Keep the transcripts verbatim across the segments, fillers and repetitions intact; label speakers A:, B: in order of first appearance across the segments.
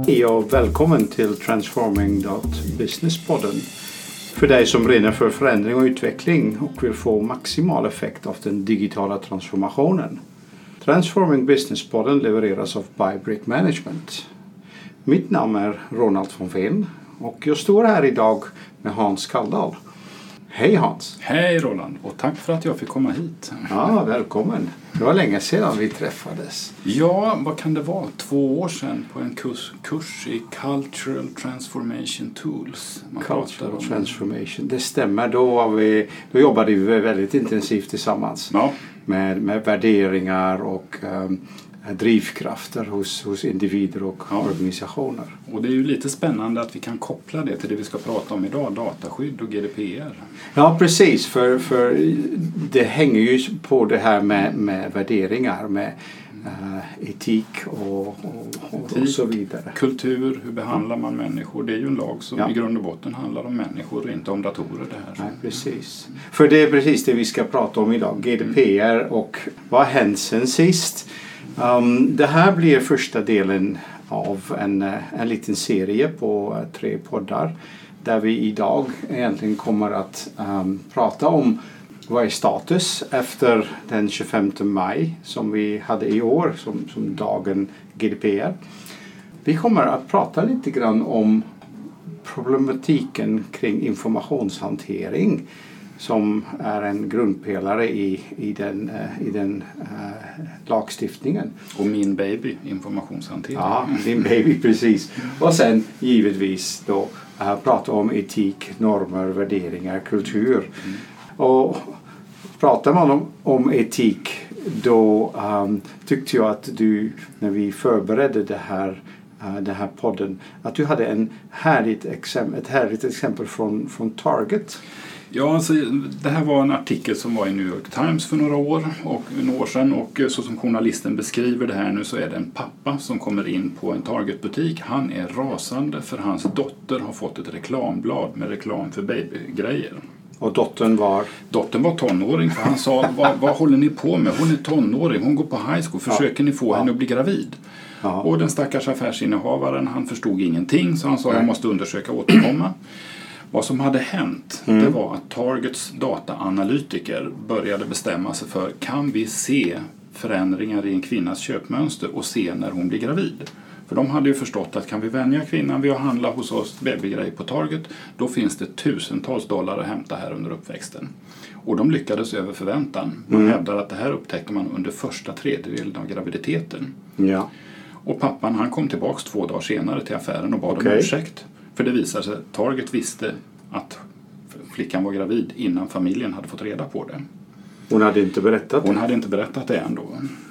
A: Hej och välkommen till Transforming Business-podden. För dig som brinner för förändring och utveckling och vill få maximal effekt av den digitala transformationen. Transforming Business-podden levereras av Bybrick Management. Mitt namn är Ronald von Veen och jag står här idag med Hans Kaldal. Hej Hans!
B: Hej Roland, och tack för att jag fick komma hit.
A: Ja, välkommen. Det var länge sedan vi träffades.
B: Ja, vad kan det vara? Två år sedan på en kurs, kurs i Cultural Transformation Tools.
A: Man Cultural Transformation, det stämmer. Då, var vi, då jobbade vi väldigt intensivt tillsammans
B: ja.
A: med, med värderingar och um, drivkrafter hos, hos individer och ja. organisationer.
B: Och det är ju lite spännande att vi kan koppla det till det vi ska prata om idag, dataskydd och G D P R.
A: Ja, precis. För, för det hänger ju på det här med, med värderingar, med uh, etik och, och, och, etik, och så vidare.
B: Kultur, hur behandlar man människor? Det är ju en lag som
A: ja.
B: i grund och botten handlar om människor och inte om datorer det här.
A: Nej, precis. För det är precis det vi ska prata om idag, G D P R och vad har hänt sen sist? Um, det här blir första delen av en, en liten serie på uh, tre poddar där vi idag egentligen kommer att um, prata om vad är status efter den tjugofemte maj som vi hade i år som, som dagen G D P R. Vi kommer att prata lite grann om problematiken kring informationshantering som är en grundpelare i, i den, uh, i den uh, lagstiftningen.
B: Och min baby, informationshantering.
A: Ja, din baby, precis. Och sen givetvis då uh, prata om etik, normer, värderingar, kultur. Mm. Och pratar man om, om etik då um, tyckte jag att du, när vi förberedde det här Uh, den här podden, att du hade en härligt exempel, ett härligt exempel från, från Target.
B: Ja, alltså, det här var en artikel som var i New York Times för några år, och, några år sedan och så som journalisten beskriver det här nu så är det en pappa som kommer in på en Target-butik. Han är rasande för hans dotter har fått ett reklamblad med reklam för babygrejer.
A: Och dottern var?
B: Dottern var tonåring, för han sa, vad, vad håller ni på med? Hon är tonåring, hon går på high school, försöker ja. ni få ja. henne att bli gravid? Ja. Och den stackars affärsinnehavaren, han förstod ingenting så han sa, Nej. jag måste undersöka och återkomma. Vad som hade hänt, mm. det var att Targets dataanalytiker började bestämma sig för, kan vi se förändringar i en kvinnas köpmönster och se när hon blir gravid? För de hade ju förstått att kan vi vänja kvinnan vid att handla hos oss babygrej på Target, då finns det tusentals dollar att hämta här under uppväxten. Och de lyckades över förväntan. Man mm. hävdar att det här upptäckte man under första tredjedelen av graviditeten.
A: Ja.
B: Och pappan, han kom tillbaks två dagar senare till affären och bad
A: okay.
B: om ursäkt. För det visade sig att Target visste att flickan var gravid innan familjen hade fått reda på det.
A: Hon hade inte berättat det?
B: Hon hade inte berättat det ändå.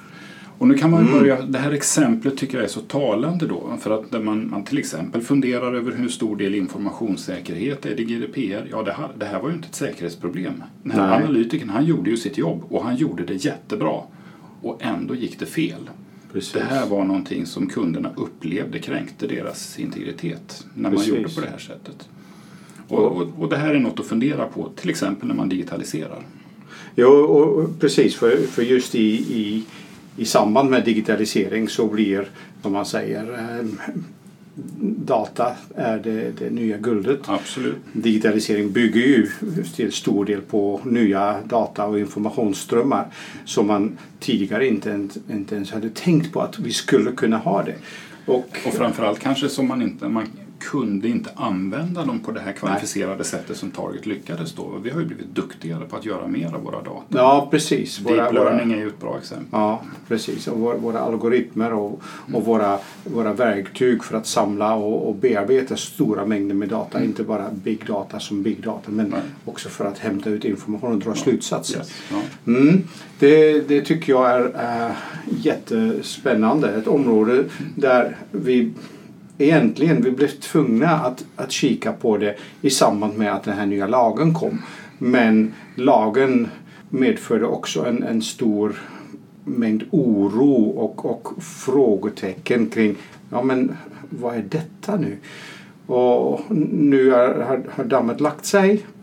B: Och nu kan man mm. börja, det här exemplet tycker jag är så talande då. För att när man, man till exempel funderar över hur stor del informationssäkerhet är det G D P R. Ja, det här, det här var ju inte ett säkerhetsproblem. Den här Nej. analytikern, han gjorde ju sitt jobb och han gjorde det jättebra. Och ändå gick det fel. Precis. Det här var någonting som kunderna upplevde kränkte deras integritet när Precis. man gjorde på det här sättet. Och, och, och det här är något att fundera på, till exempel när man digitaliserar.
A: Ja, och precis. För, för just i, i, i samband med digitalisering så blir, som man säger, eh, data är det, det nya guldet.
B: Absolut.
A: Digitalisering bygger ju till stor del på nya data- och informationsströmmar som man tidigare inte, inte ens hade tänkt på att vi skulle kunna ha det. Och,
B: och framförallt kanske som man inte... Man kunde inte använda dem på det här kvalificerade Nej. sättet som Target lyckades då. Vi har ju blivit duktigare på att göra mer av våra data.
A: Ja, precis.
B: Deep våra, learning våra, är ju ett bra exempel.
A: Ja, precis. Och våra, våra algoritmer och, mm. och våra, våra verktyg för att samla och, och bearbeta stora mängder med data. Mm. Inte bara big data som big data, men Nej. också för att hämta ut information och dra ja. slutsatser.
B: Yes. Ja.
A: Mm. Det, det tycker jag är äh, jättespännande. Ett område mm. där vi... Egentligen, vi blev tvungna att, att kika på det i samband med att den här nya lagen kom. Men lagen medförde också en, en stor mängd oro och, och frågetecken kring, ja men vad är detta nu? Och nu är, har, har dammet lagt sig.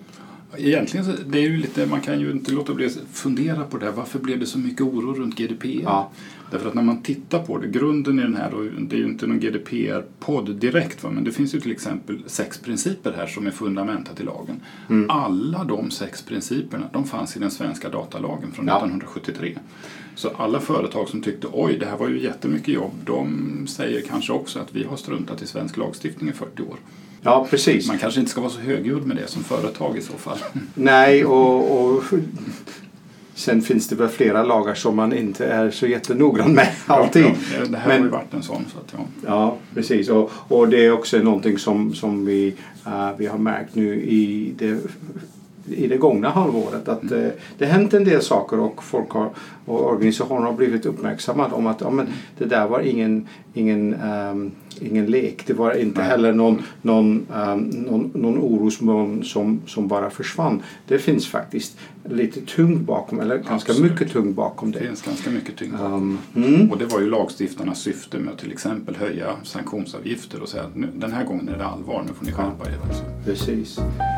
B: Egentligen så, det är ju lite, man kan ju inte låta bli att fundera på det här. Varför blev det så mycket oro runt G D P R?
A: Ja.
B: Därför att när man tittar på det, grunden i den här, och det är ju inte någon G D P R-podd direkt, va, men det finns ju till exempel sex principer här som är fundamenta till lagen. Mm. Alla de sex principerna, de fanns i den svenska datalagen från ja. nittonhundrasjuttiotre. Så alla företag som tyckte, oj det här var ju jättemycket jobb, de säger kanske också att vi har struntat i svensk lagstiftning i fyrtio år.
A: Ja, precis.
B: Man kanske inte ska vara så högljudd med det som företag i så fall.
A: Nej, och, och sen finns det väl flera lagar som man inte är så jättenoggrann med alltid.
B: Ja, ja, det här Men, har ju varit en sån. Så att, ja.
A: ja, precis. Och, och det är också någonting som, som vi, uh, vi har märkt nu i det, i det gångna halvåret. Att mm. uh, det har hänt en del saker och folk har, och organisationer har blivit uppmärksammade om att ja, men, det där var ingen, ingen um, ingen lek. Det var inte Nej. heller någon, någon, um, någon, någon orosmoln som, som bara försvann. Det finns faktiskt lite tungt bakom, eller ganska Absolut. mycket tungt bakom det.
B: Det finns ganska mycket tungt bakom. Um, mm. Och det var ju lagstiftarnas syfte med att till exempel höja sanktionsavgifter och säga att nu, den här gången är det allvar, nu får ni skärpa er. Alltså.
A: Precis.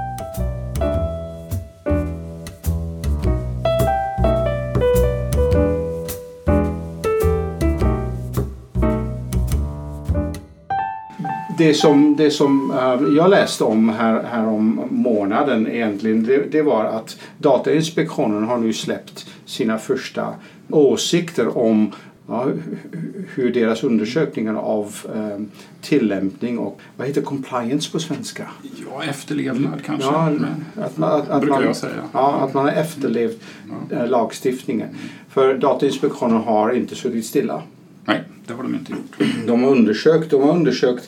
A: Det som, det som uh, jag läste om här, här om månaden egentligen, det, det var att Datainspektionen har nu släppt sina första åsikter om ja, hur deras undersökningar av uh, tillämpning och vad heter compliance på svenska?
B: Ja, efterlevnad mm. kanske.
A: Ja, att man, att, att man,
B: jag säga.
A: Ja, att man har efterlevt mm. uh, lagstiftningen. Mm. För Datainspektionen har inte suttit stilla.
B: Nej, det har de inte gjort.
A: De har undersökt, de har undersökt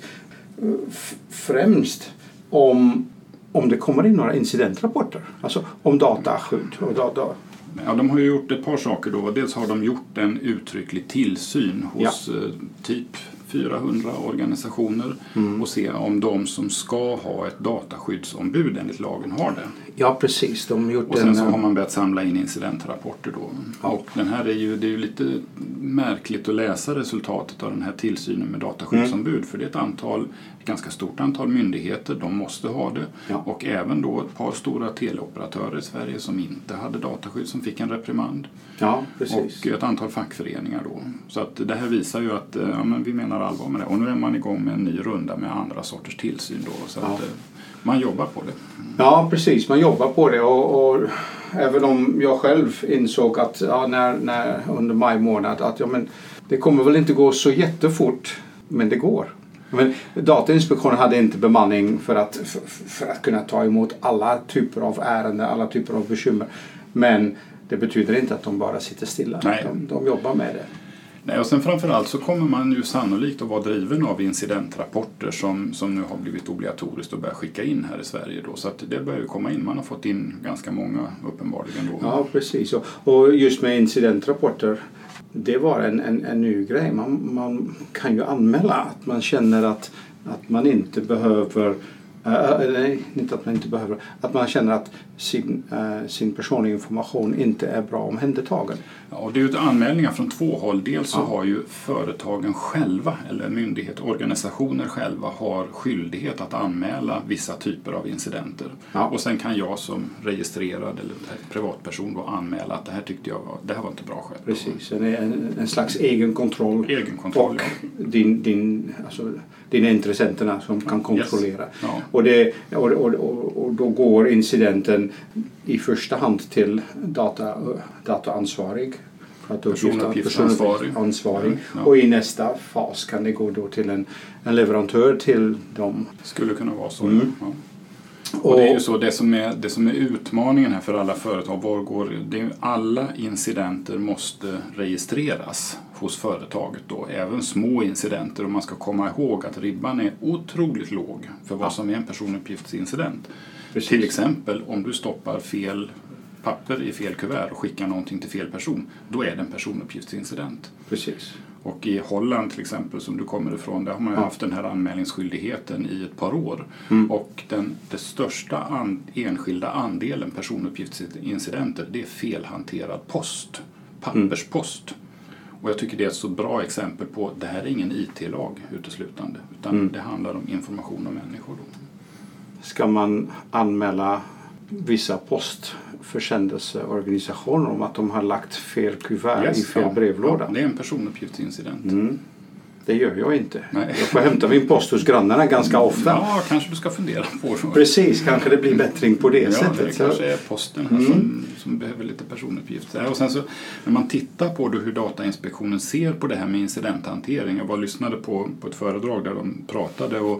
A: f- främst om, om det kommer in några incidentrapporter. Alltså om dataskydd och data.
B: Ja, de har ju gjort ett par saker då. Dels har de gjort en uttrycklig tillsyn hos ja. typ fyrahundra organisationer mm. och se om de som ska ha ett dataskyddsombud enligt lagen har det.
A: Ja, precis. De gjort
B: och sen
A: en,
B: så har man börjat samla in incidentrapporter då. Ja. Och den här är ju, det är ju lite märkligt att läsa resultatet av den här tillsynen med dataskyddsombud. Mm. För det är ett antal, ett ganska stort antal myndigheter, de måste ha det. Ja. Och även då ett par stora teleoperatörer i Sverige som inte hade dataskydd som fick en reprimand.
A: Ja, precis.
B: Och ett antal fackföreningar då. Så att det här visar ju att ja, men vi menar allvar med det. Och nu är man igång med en ny runda med andra sorters tillsyn då. Så ja. att man jobbar på det.
A: Ja, precis. Man jobbar på det. Och, och även om jag själv insåg att ja, när, när, under maj månad att ja, men det kommer väl inte gå så jättefort. Men det går. Men Datainspektionen hade inte bemanning för att, för, för att kunna ta emot alla typer av ärenden, alla typer av bekymmer. Men det betyder inte att de bara sitter stilla.
B: Nej.
A: De, de jobbar med det.
B: Nej, och sen framförallt så kommer man ju sannolikt att vara driven av incidentrapporter som, som nu har blivit obligatoriskt att börja skicka in här i Sverige då. Så att det börjar ju komma in. Man har fått in ganska många uppenbarligen då.
A: Ja, precis. Och, och just med incidentrapporter, det var en, en, en ny grej. Man, man kan ju anmäla att man känner att, att man inte behöver Uh, nej, inte att man inte behöver. Att man känner att sin, uh, sin personliga information inte är bra omhändertagen.
B: Ja, och det är ju anmälningar från två håll. Dels så ja. har ju företagen själva eller myndigheter, organisationer själva har skyldighet att anmäla vissa typer av incidenter. Ja. Och sen kan jag som registrerad eller privatperson då anmäla att det här tyckte jag var, det här var inte bra skött.
A: Precis, en, en, en slags egen kontroll.
B: Egen kontroll,
A: och
B: ja.
A: din, din, alltså, dina intressenterna som kan kontrollera. Yes.
B: Ja.
A: Och, det, och, och, och, och då går incidenten i första hand till data, dataansvarig.
B: Personuppgiftsansvarig.
A: Ansvarig. Mm, ja. Och i nästa fas kan det gå då till en, en leverantör till dem.
B: Skulle kunna vara så. Mm. Ja. Och det är ju så, det som är, det som är utmaningen här för alla företag, var går, det är alla incidenter måste registreras hos företaget då, även små incidenter, och man ska komma ihåg att ribban är otroligt låg för vad som är en personuppgiftsincident. Precis. Till exempel om du stoppar fel papper i fel kuvert och skickar någonting till fel person, då är det en personuppgiftsincident.
A: Precis.
B: Och i Holland till exempel, som du kommer ifrån, där har man ju ja. haft den här anmälningsskyldigheten i ett par år. Mm. Och den, det största an, enskilda andelen personuppgiftsincidenter, det är felhanterad post, papperspost. Mm. Och jag tycker det är ett så bra exempel på, det här är ingen I T-lag uteslutande, utan mm. det handlar om information om människor då.
A: Ska man anmäla vissa postförsändelseorganisationer om att de har lagt fel kuvert
B: yes,
A: i fel
B: ja.
A: brevlåda.
B: Ja, det är en personuppgiftsincident.
A: Mm. Det gör jag inte.
B: Nej.
A: Jag får hämta min post hos grannarna ganska ofta.
B: Ja, kanske du ska fundera på det.
A: Precis, kanske det blir bättring på det
B: ja,
A: sättet.
B: Det kanske är posten här mm. som, som behöver lite personuppgifter. Och sen så, när man tittar på då hur Datainspektionen ser på det här med incidenthantering. Jag bara lyssnade på, på ett föredrag där de pratade. Och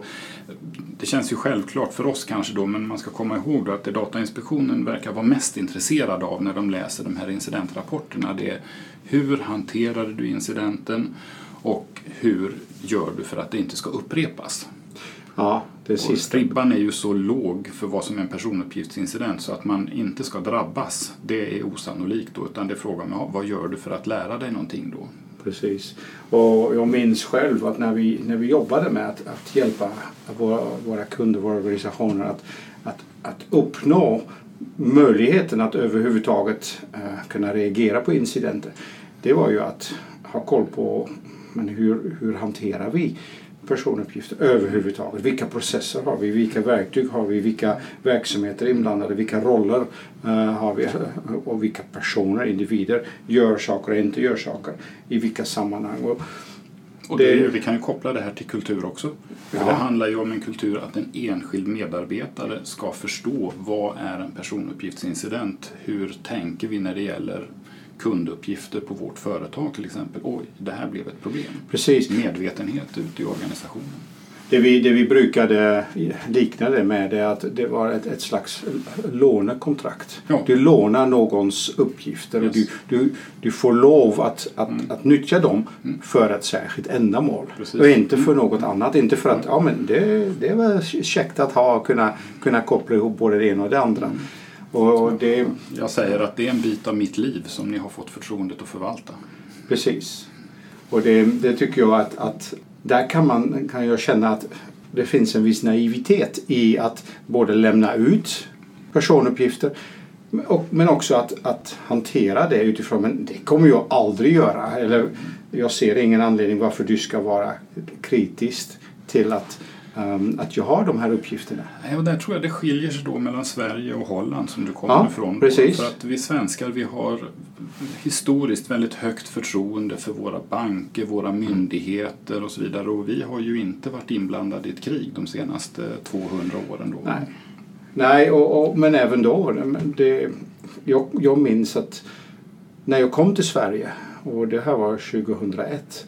B: det känns ju självklart för oss kanske då, men man ska komma ihåg då att det Datainspektionen verkar vara mest intresserad av när de läser de här incidentrapporterna. Det är hur hanterade du incidenten? Och hur gör du för att det inte ska upprepas?
A: Ja, det sista.
B: Ribban är ju så låg för vad som är en personuppgiftsincident så att man inte ska drabbas. Det är osannolikt då, utan det är frågan om vad gör du för att lära dig någonting då?
A: Precis. Och jag minns själv att när vi, när vi jobbade med att, att hjälpa våra, våra kunder, våra organisationer att, att, att uppnå möjligheten att överhuvudtaget uh, kunna reagera på incidenter. Det var ju att ha koll på men hur, hur hanterar vi personuppgifter överhuvudtaget? Vilka processer har vi? Vilka verktyg har vi? Vilka verksamheter är inblandade? Vilka roller uh, har vi? Och vilka personer, individer gör saker och inte gör saker? I vilka sammanhang? Och,
B: och det, det, vi kan ju koppla det här till kultur också. För ja. Det handlar ju om en kultur att en enskild medarbetare ska förstå vad är en personuppgiftsincident? Hur tänker vi när det gäller kunduppgifter på vårt företag till exempel? Oj, det här blev ett problem.
A: Precis.
B: Medvetenhet ute i organisationen.
A: Det vi, det vi brukade likna det med är att det var ett, ett slags lånekontrakt. Ja. Du lånar någons uppgifter yes. och du, du, du får lov att, att, mm. att nyttja dem mm. för ett särskilt ändamål. Precis. Och inte för något mm. annat. Inte för att ja, men det, det var käckt att ha kunna, kunna koppla ihop både det ena och det andra. Mm. Och det,
B: jag säger att det är en bit av mitt liv som ni har fått förtroendet att förvalta.
A: Precis. Och det, det tycker jag att, att där kan, man, kan jag känna att det finns en viss naivitet i att både lämna ut personuppgifter och, men också att, att hantera det utifrån men det kommer jag aldrig göra. Eller jag ser ingen anledning varför du ska vara kritisk till att Um, att jag har de här uppgifterna.
B: Ja, och där tror jag det skiljer sig då mellan Sverige och Holland som du kommer
A: ja,
B: ifrån.
A: Precis.
B: För att vi svenskar vi har historiskt väldigt högt förtroende för våra banker, våra myndigheter och så vidare. Och vi har ju inte varit inblandade i ett krig de senaste tvåhundra åren då.
A: Nej, Nej och, och, men även då. Det, jag, jag minns att när jag kom till Sverige och det här var tjugohundraett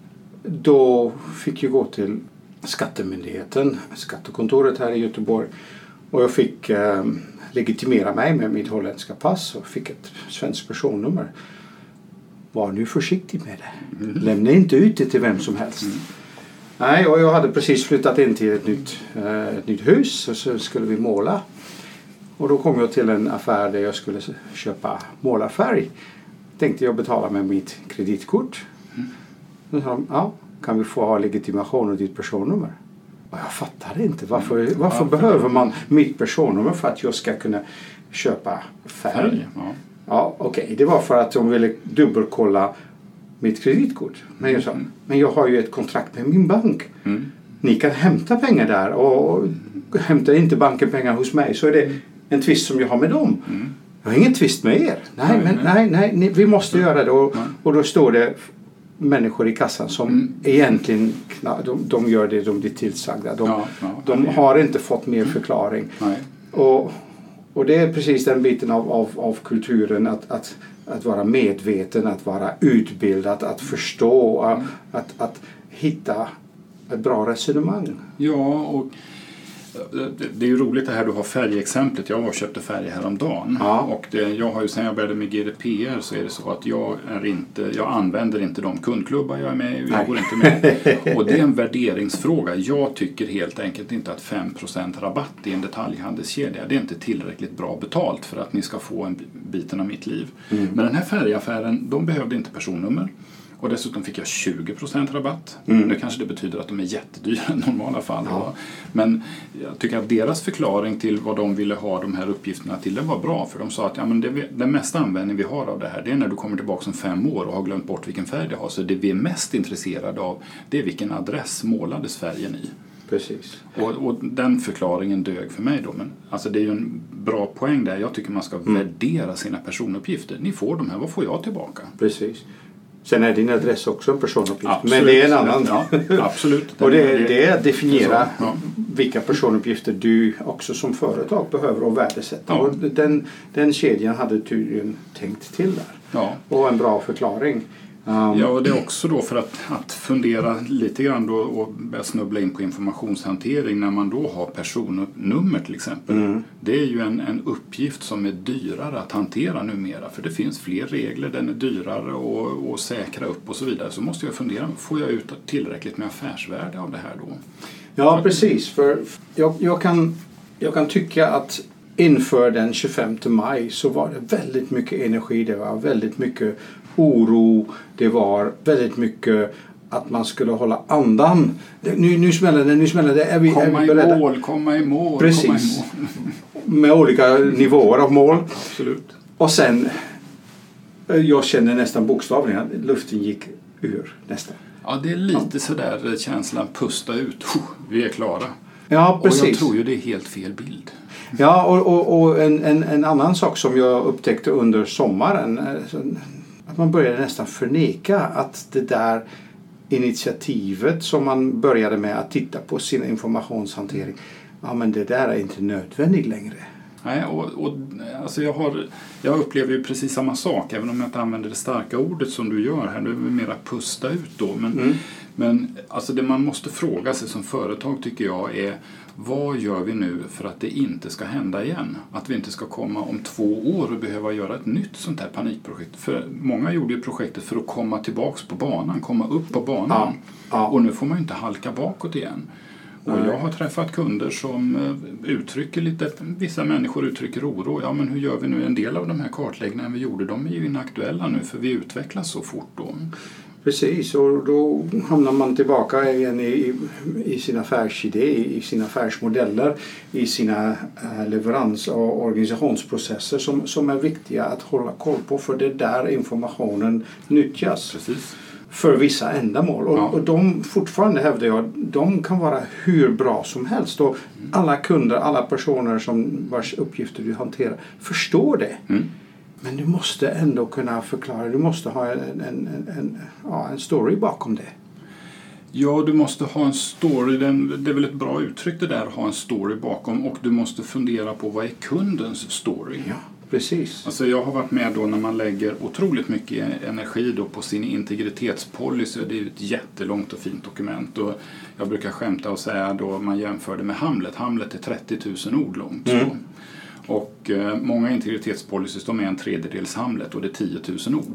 A: då fick jag gå till Skattemyndigheten, skattekontoret här i Göteborg och jag fick eh, legitimera mig med mitt holländska pass och fick ett svenskt personnummer. Var nu försiktig med det. Mm. Lämna inte ut det till vem som helst. Mm. Nej, och jag hade precis flyttat in till ett nytt, eh, ett nytt hus och så skulle vi måla. Och då kom jag till en affär där jag skulle köpa målarfärg. Tänkte jag betala med mitt kreditkort. Mm. Då sa de, ja. Kan vi få ha legitimation och ditt personnummer? Och jag fattar inte. Varför, varför ja, behöver man mitt personnummer för att jag ska kunna köpa färg? färg ja, ja okej. Okay. Det var för att de ville dubbelkolla mitt kreditkort. Men jag sa, mm. men jag har ju ett kontrakt med min bank. Mm. Ni kan hämta pengar där och hämtar inte banken pengar hos mig så är det en tvist som jag har med dem. Mm. Jag har ingen tvist med er. Nej, nej, men, nej, nej, nej vi måste mm. göra det. Och, och då står det människor i kassan som mm. egentligen de, de gör det de blir tillsagda. De, ja, ja, de har inte fått mer förklaring. Nej. Och, och det är precis den biten av, av, av kulturen att, att, att vara medveten, att vara utbildad, att förstå, mm. att, att hitta ett bra resonemang.
B: Ja, och det är ju roligt det här du har färgexemplet. Jag var och köpte färg häromdagen. Ja. Och det, jag har ju sen jag började med G D P R så är det så att jag är inte, jag använder inte de kundklubbar jag är med i. Jag går inte med. Och det är en värderingsfråga. Jag tycker helt enkelt inte att fem procent rabatt i en detaljhandelskedja det är inte tillräckligt bra betalt för att ni ska få en biten av mitt liv. Mm. Men den här färgaffären, de behövde inte personnummer. Och dessutom fick jag tjugo procent rabatt. Mm. Nu kanske det betyder att de är jättedyra i normala fall. Ja. Men jag tycker att deras förklaring till vad de ville ha de här uppgifterna till det var bra. För de sa att ja, men det, den mesta användning vi har av det här det är när du kommer tillbaka om fem år och har glömt bort vilken färg det har. Så det vi är mest intresserade av det är vilken adress målades färgen i.
A: Precis.
B: Och, och den förklaringen dög för mig då. Men alltså det är ju en bra poäng där. Jag tycker man ska mm. värdera sina personuppgifter. Ni får de här, vad får jag tillbaka?
A: Precis. Sen är din adress också en personuppgift.
B: Absolut.
A: Men det är en annan.
B: Ja, absolut.
A: Och det, det är att definiera
B: så, ja.
A: vilka personuppgifter du också som företag behöver och värdesätta.
B: Ja.
A: Och den, den kedjan hade tydligen tänkt till där.
B: Ja.
A: Och en bra förklaring. Um,
B: ja, och det är också då för att, att fundera lite grann då och börja snubbla in på informationshantering när man då har personnummer till exempel. Mm. Det är ju en, en uppgift som är dyrare att hantera numera, för det finns fler regler, den är dyrare och, och säkra upp och så vidare. Så måste jag fundera, får jag ut tillräckligt med affärsvärde av det här då?
A: Ja, precis. För jag, jag, kan, jag kan tycka att inför den tjugofemte maj så var det väldigt mycket energi, det var väldigt mycket oro, det var väldigt mycket att man skulle hålla andan. Nu, nu smäller det, nu smäller det. Är vi,
B: komma
A: är vi beredda?
B: i mål, komma i mål.
A: Precis.
B: Komma i mål.
A: Med olika nivåer av mål.
B: Absolut.
A: Och sen, jag känner nästan bokstavligen att luften gick ur nästan.
B: Ja, det är lite ja. sådär känslan, pusta ut, vi är klara.
A: Ja, precis.
B: Och jag tror ju det är helt fel bild.
A: Ja, och, och, och en, en, en annan sak som jag upptäckte under sommaren, att man började nästan förneka att det där initiativet som man började med att titta på sin informationshantering, ja men det där är inte nödvändigt längre.
B: Nej, och, och alltså jag, har, jag upplever ju precis samma sak, även om jag inte använder det starka ordet som du gör här. Du är mera pusta ut då. Men, mm. men alltså det man måste fråga sig som företag tycker jag är, vad gör vi nu för att det inte ska hända igen? Att vi inte ska komma om två år och behöva göra ett nytt sånt här panikprojekt. För många gjorde ju projektet för att komma tillbaks på banan, komma upp på banan. Ja. Ja. Och nu får man ju inte halka bakåt igen. Och jag har träffat kunder som uttrycker lite, vissa människor uttrycker oro. Ja, men hur gör vi nu? En del av de här kartläggningarna vi gjorde, de är ju inaktuella nu för vi utvecklas så fort då.
A: Precis, och då hamnar man tillbaka igen i, i sin affärsidé, i sina affärsmodeller, i sina leverans- och organisationsprocesser som, som är viktiga att hålla koll på, för det är där informationen nyttjas.
B: Precis.
A: För vissa ändamål. Och,
B: ja.
A: och de fortfarande hävdar jag, de kan vara hur bra som helst. Och mm. alla kunder, alla personer som vars uppgifter du hanterar förstår det. Mm. Men du måste ändå kunna förklara, du måste ha en, en, en, en, ja, en story bakom det.
B: Ja, du måste ha en story, det är väl ett bra uttryck det där, ha en story bakom, och du måste fundera på vad är kundens story.
A: Ja, precis.
B: Alltså jag har varit med då när man lägger otroligt mycket energi då på sin integritetspolicy, det är ju ett jättelångt och fint dokument, och jag brukar skämta och säga då man jämför det med Hamlet, Hamlet är trettio tusen ord långt. Mm. Så. Och eh, många integritetspolicys, de är en tredjedels Hamlet och det är tio tusen ord.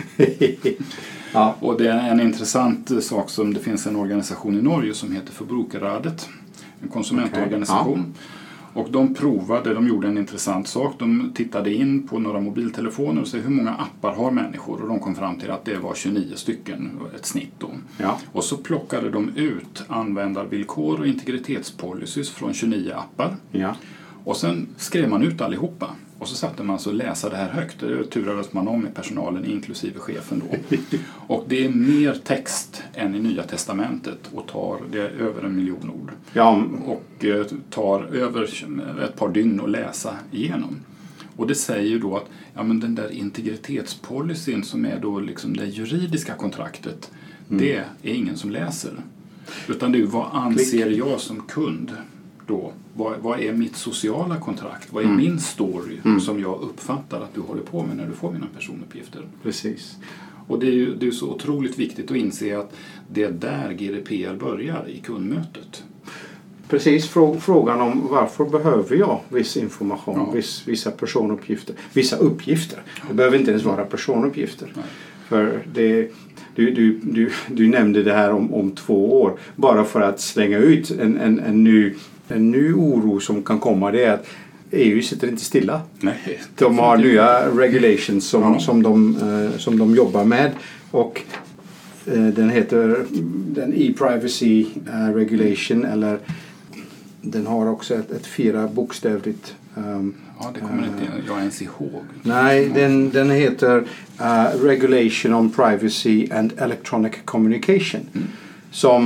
B: Ja. Och det är en intressant sak som det finns en organisation i Norge som heter Forbrukerrådet, en konsumentorganisation. Okay. Ja. Och de provade, de gjorde en intressant sak. De tittade in på några mobiltelefoner och såg hur många appar har människor. Och de kom fram till att det var tjugonio stycken, ett snitt då. Ja. Och så plockade de ut användarvillkor och integritetspolicies från tjugonio appar. Ja. Och sen skrev man ut allihopa. Och så satte man så att läsa det här högt. Det turades man om med personalen, inklusive chefen då. Och det är mer text än i Nya Testamentet. Och tar det är över en miljon ord. Ja. Och eh, tar över ett par dygn att läsa igenom. Och det säger då att ja, men den där integritetspolicyn som är då liksom det juridiska kontraktet. Mm. Det är ingen som läser. Utan det är vad anser jag som kund då? Vad, vad är mitt sociala kontrakt? Vad är mm. min story mm. som jag uppfattar att du håller på med när du får mina personuppgifter?
A: Precis.
B: Och det är ju det är så otroligt viktigt att inse att det är där G D P R börjar i kundmötet.
A: Precis, frågan om varför behöver jag viss information, ja. viss, vissa personuppgifter, vissa uppgifter. Det behöver inte ens vara personuppgifter. Nej. För det, du, du, du, du nämnde det här om, om två år, bara för att slänga ut en, en, en, ny, en ny oro som kan komma. Det är att E U sitter inte stilla. Nej. De har nya regulations som, ja. som, de, eh, som de jobbar med, och eh, den heter den e-privacy eh, regulation, eller den har också ett, ett fyra bokstävligt um,
B: ja, det kommer uh, inte jag ens ihåg.
A: Nej, den, den heter uh, Regulation on Privacy and Electronic Communication. Mm. Som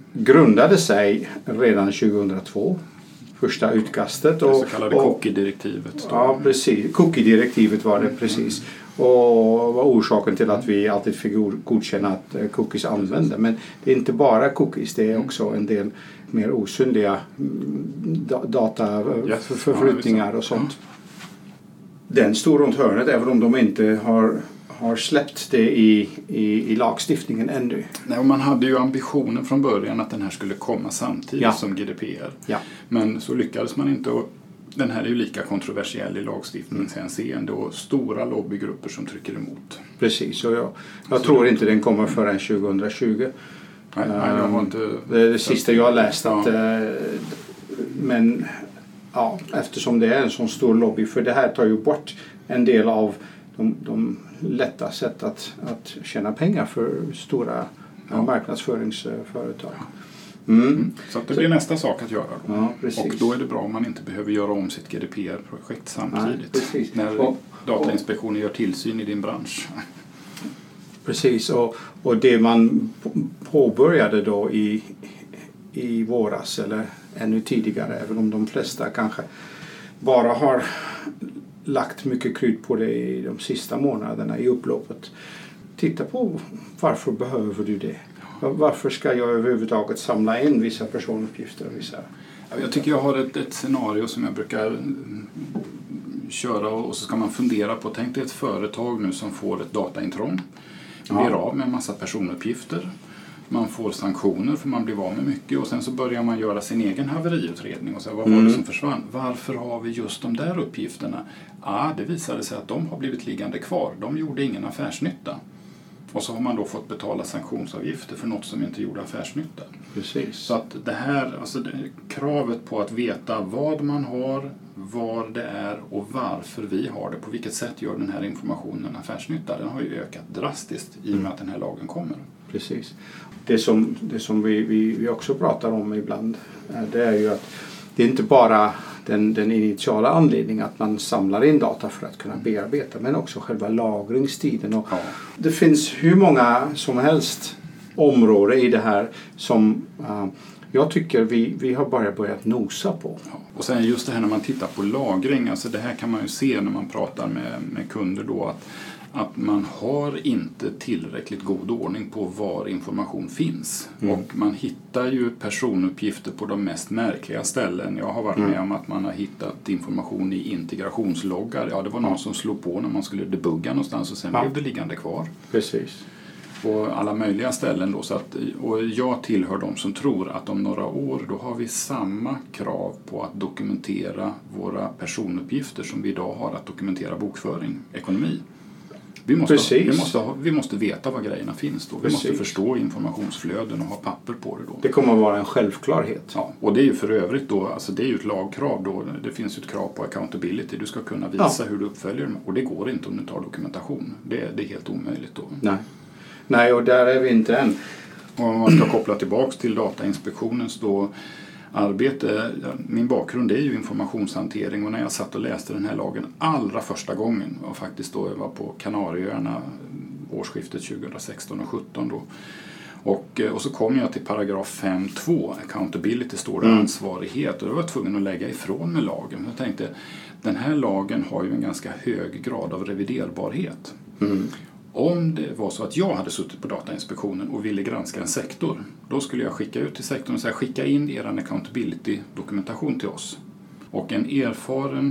A: grundade sig redan tjugohundratvå. Första utkastet.
B: Och, det så kallade cookie-direktivet.
A: Ja, precis. Cookie-direktivet var det, precis. Och var orsaken till att vi alltid fick godkänna att cookies använde. Men det är inte bara cookies, det är också en del mer osynliga dataförflyttningar och sånt. Den står runt hörnet, även om de inte har, har släppt det i, i, i lagstiftningen ännu.
B: Nej, och man hade ju ambitionen från början att den här skulle komma samtidigt ja. som G D P R.
A: Ja.
B: Men så lyckades man inte, och den här är ju lika kontroversiell i lagstiftningshänseende och stora lobbygrupper som trycker emot.
A: Precis, och jag, jag tror inte den kommer förrän tjugohundratjugo.
B: Nej, nej, jag har inte...
A: Det är det sista jag har läst. Att, ja. Men ja, eftersom det är en sån stor lobby, för det här tar ju bort en del av de, de lätta sätt att, att tjäna pengar för stora ja. marknadsföringsföretag. Mm. Mm.
B: Så att det blir nästa sak att göra då.
A: Ja, precis.
B: Och då är det bra om man inte behöver göra om sitt G D P R-projekt samtidigt.
A: Ja,
B: när och, Datainspektionen gör tillsyn i din bransch.
A: Precis, och, och det man påbörjade då i, i våras eller ännu tidigare, även om de flesta kanske bara har lagt mycket kryd på det i de sista månaderna i upploppet. Titta på varför behöver du det? Varför ska jag överhuvudtaget samla in vissa personuppgifter? Vissa?
B: Jag tycker jag har ett, ett scenario som jag brukar köra, och så ska man fundera på, tänk dig ett företag nu som får ett dataintrång. Man blir av med en massa personuppgifter. Man får sanktioner för man blir av med mycket, och sen så börjar man göra sin egen haveriutredning och säga, vad var det mm. som försvann? Varför har vi just de där uppgifterna? Ah, det visade sig att de har blivit liggande kvar. De gjorde ingen affärsnytta. Och så har man då fått betala sanktionsavgifter för något som inte gjorde affärsnytta.
A: Precis.
B: Så att det här, alltså det, kravet på att veta vad man har, var det är och varför vi har det, på vilket sätt gör den här informationen affärsnytta, den har ju ökat drastiskt i och med att den här lagen kommer.
A: Precis. Det som, det som vi, vi, vi också pratar om ibland, det är ju att det är inte bara den, den initiala anledningen att man samlar in data för att kunna bearbeta, men också själva lagringstiden. Och
B: ja.
A: Det finns hur många som helst områden i det här som uh, jag tycker vi, vi har bara börjat nosa på.
B: Ja. Och sen just det här när man tittar på lagring, alltså det här kan man ju se när man pratar med, med kunder då, att att man har inte tillräckligt god ordning på var information finns. Mm. Och man hittar ju personuppgifter på de mest märkliga ställen. Jag har varit mm. med om att man har hittat information i integrationsloggar. Ja, det var någon ja. som slog på när man skulle debugga någonstans, och sen ja. blev det liggande kvar.
A: Precis.
B: På alla möjliga ställen då. Så att, och jag tillhör de som tror att om några år då har vi samma krav på att dokumentera våra personuppgifter som vi idag har att dokumentera bokföring, ekonomi. Vi måste, vi, måste ha, vi måste veta var grejerna finns då. Vi Precis. måste förstå informationsflöden och ha papper på det då.
A: Det kommer att vara en självklarhet.
B: Ja, och det är ju för övrigt då, alltså det är ju ett lagkrav då. Det finns ju ett krav på accountability. Du ska kunna visa ja. hur du uppföljer dem. Och det går inte om du tar dokumentation. Det, det är helt omöjligt då.
A: Nej. Nej, och där är vi inte än.
B: Och om man ska koppla tillbaks till Datainspektionens då arbete, min bakgrund är ju informationshantering, och när jag satt och läste den här lagen allra första gången, och faktiskt då jag var på Kanarieöarna årsskiftet tjugohundrasexton och sjutton då, och, och så kom jag till paragraf fem punkt två, accountability, står det mm. ansvarighet, och jag var tvungen att lägga ifrån med lagen. Jag tänkte, den här lagen har ju en ganska hög grad av reviderbarhet. Mm. Om det var så att jag hade suttit på Datainspektionen och ville granska en sektor, då skulle jag skicka ut till sektorn och säga, skicka in er accountability-dokumentation till oss. Och en erfaren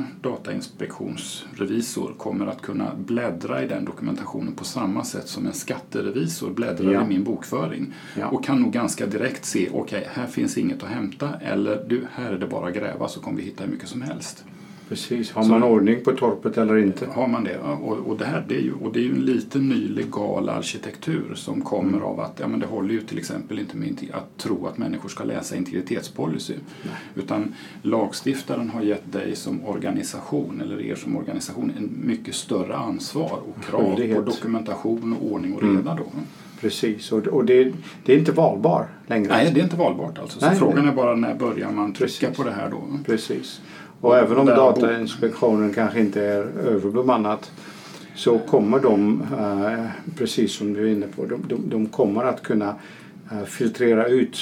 B: datainspektionsrevisor kommer att kunna bläddra i den dokumentationen på samma sätt som en skatterevisor bläddrar ja. i min bokföring. Ja. Och kan nog ganska direkt se, okej, okay, här finns inget att hämta, eller du, här är det bara att gräva, så kommer vi hitta hur mycket som helst.
A: Precis, har man så, ordning på torpet eller inte?
B: Har man det, och, och, det, här, det, är ju, och det är ju en liten ny legal arkitektur som kommer mm. av att, ja men det håller ju till exempel inte med att tro att människor ska läsa integritetspolicy. Nej. Utan lagstiftaren har gett dig som organisation, eller er som organisation, en mycket större ansvar och krav på dokumentation och ordning och reda då. Mm.
A: Precis, och, och det, det är inte valbar längre.
B: Nej, det är inte valbart alltså. Så Nej, frågan det. är bara, när börjar man trycka Precis. på det här då?
A: Precis. Och, och även om Datainspektionen kanske inte är överbemannat, så kommer de, äh, precis som du är inne på, de, de, de kommer att kunna äh, filtrera ut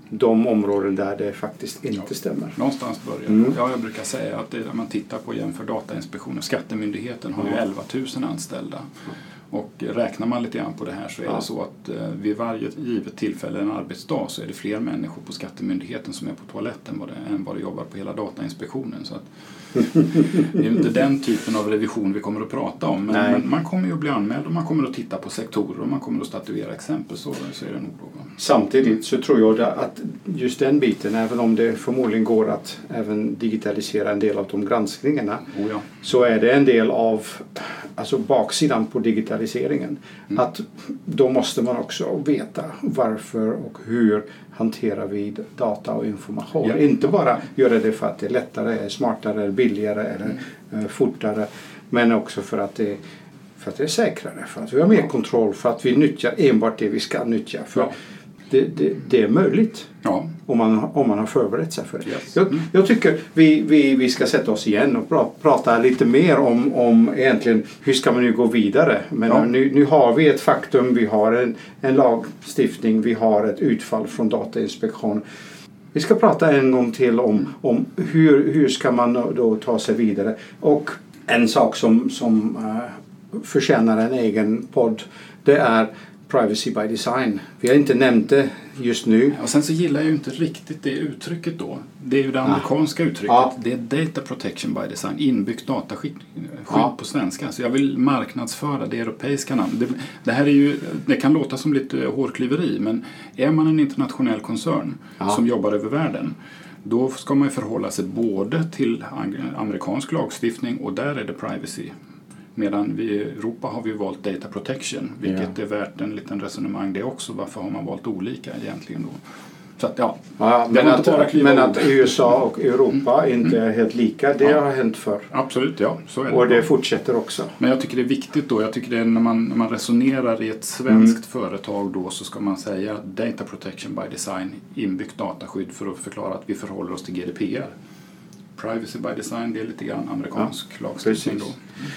A: de områden där det faktiskt inte
B: ja,
A: stämmer.
B: Någonstans börjar mm. ja, jag brukar säga att det, när man tittar på jämför Datainspektionen, Skattemyndigheten har ju elva tusen anställda. Och räknar man lite grann på det här så är ja. det så att eh, vid varje givet tillfälle en arbetsdag så är det fler människor på Skattemyndigheten som är på toaletten vad det, än vad det jobbar på hela Datainspektionen. Så att, det är inte den typen av revision vi kommer att prata om. Men, men man kommer ju att bli anmäld och man kommer att titta på sektorer och man kommer att statuera exempel. Så, så är det nog då.
A: Samtidigt så tror jag att just den biten, även om det förmodligen går att även digitalisera en del av de granskningarna,
B: oh ja.
A: så är det en del av alltså baksidan på digitaliseringen. Mm. Att då måste man också veta varför och hur hanterar vi data och information. Ja. Inte bara göra det för att det är lättare, smartare, billigare eller mm. fortare, men också för att det, för att det är säkrare, för att vi har mer kontroll, för att vi nyttjar enbart det vi ska nyttja. För ja. det, det, det är möjligt ja. om, man, om man har förberett sig för det. Yes. Jag, jag tycker vi, vi, vi ska sätta oss igen och pra, prata lite mer om, om egentligen hur ska man nu gå vidare. Men ja. nu, nu har vi ett faktum, vi har en, en lagstiftning, vi har ett utfall från Datainspektionen. Vi ska prata en gång till om, om hur, hur ska man då ta sig vidare. Och en sak som, som uh, förtjänar en egen podd, det är privacy by design. Vi har inte nämnt det just nu.
B: Och sen så gillar jag ju inte riktigt det uttrycket då. Det är ju det amerikanska ah. uttrycket. Ja. Det är data protection by design. Inbyggt dataskydd ja. på svenska. Så jag vill marknadsföra det europeiska namnet. Det, det här är ju, det kan låta som lite hårklyveri, men är man en internationell koncern ja. som jobbar över världen, då ska man ju förhålla sig både till amerikansk lagstiftning och där är det privacy. Medan vi i Europa har vi valt data protection, vilket ja. är värt en liten resonemang det också. Varför har man valt olika egentligen då? Så att, ja,
A: ja, men att, men att U S A och Europa mm. inte är helt lika, det ja. har hänt förr.
B: Absolut, ja. Så är det.
A: Och det fortsätter också.
B: Men jag tycker det är viktigt då, jag tycker det är när man, när man resonerar i ett svenskt mm. företag då, så ska man säga data protection by design, inbyggt dataskydd, för att förklara att vi förhåller oss till G D P R. Privacy by design, det är lite grann amerikansk ja, lagstiftning då.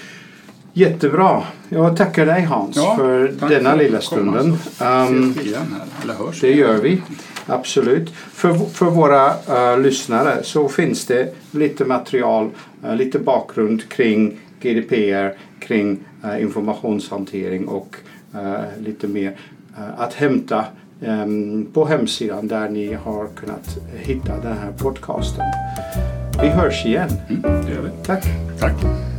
A: Jättebra. Jag tackar dig Hans ja, för denna för lilla stunden. Um,
B: Eller
A: det gör vi. Absolut. För, för våra uh, lyssnare så finns det lite material, uh, lite bakgrund kring G D P R, kring uh, informationshantering och uh, lite mer uh, att hämta um, på hemsidan där ni har kunnat hitta den här podcasten. Vi hörs igen.
B: Mm, det gör vi.
A: Tack.
B: Tack.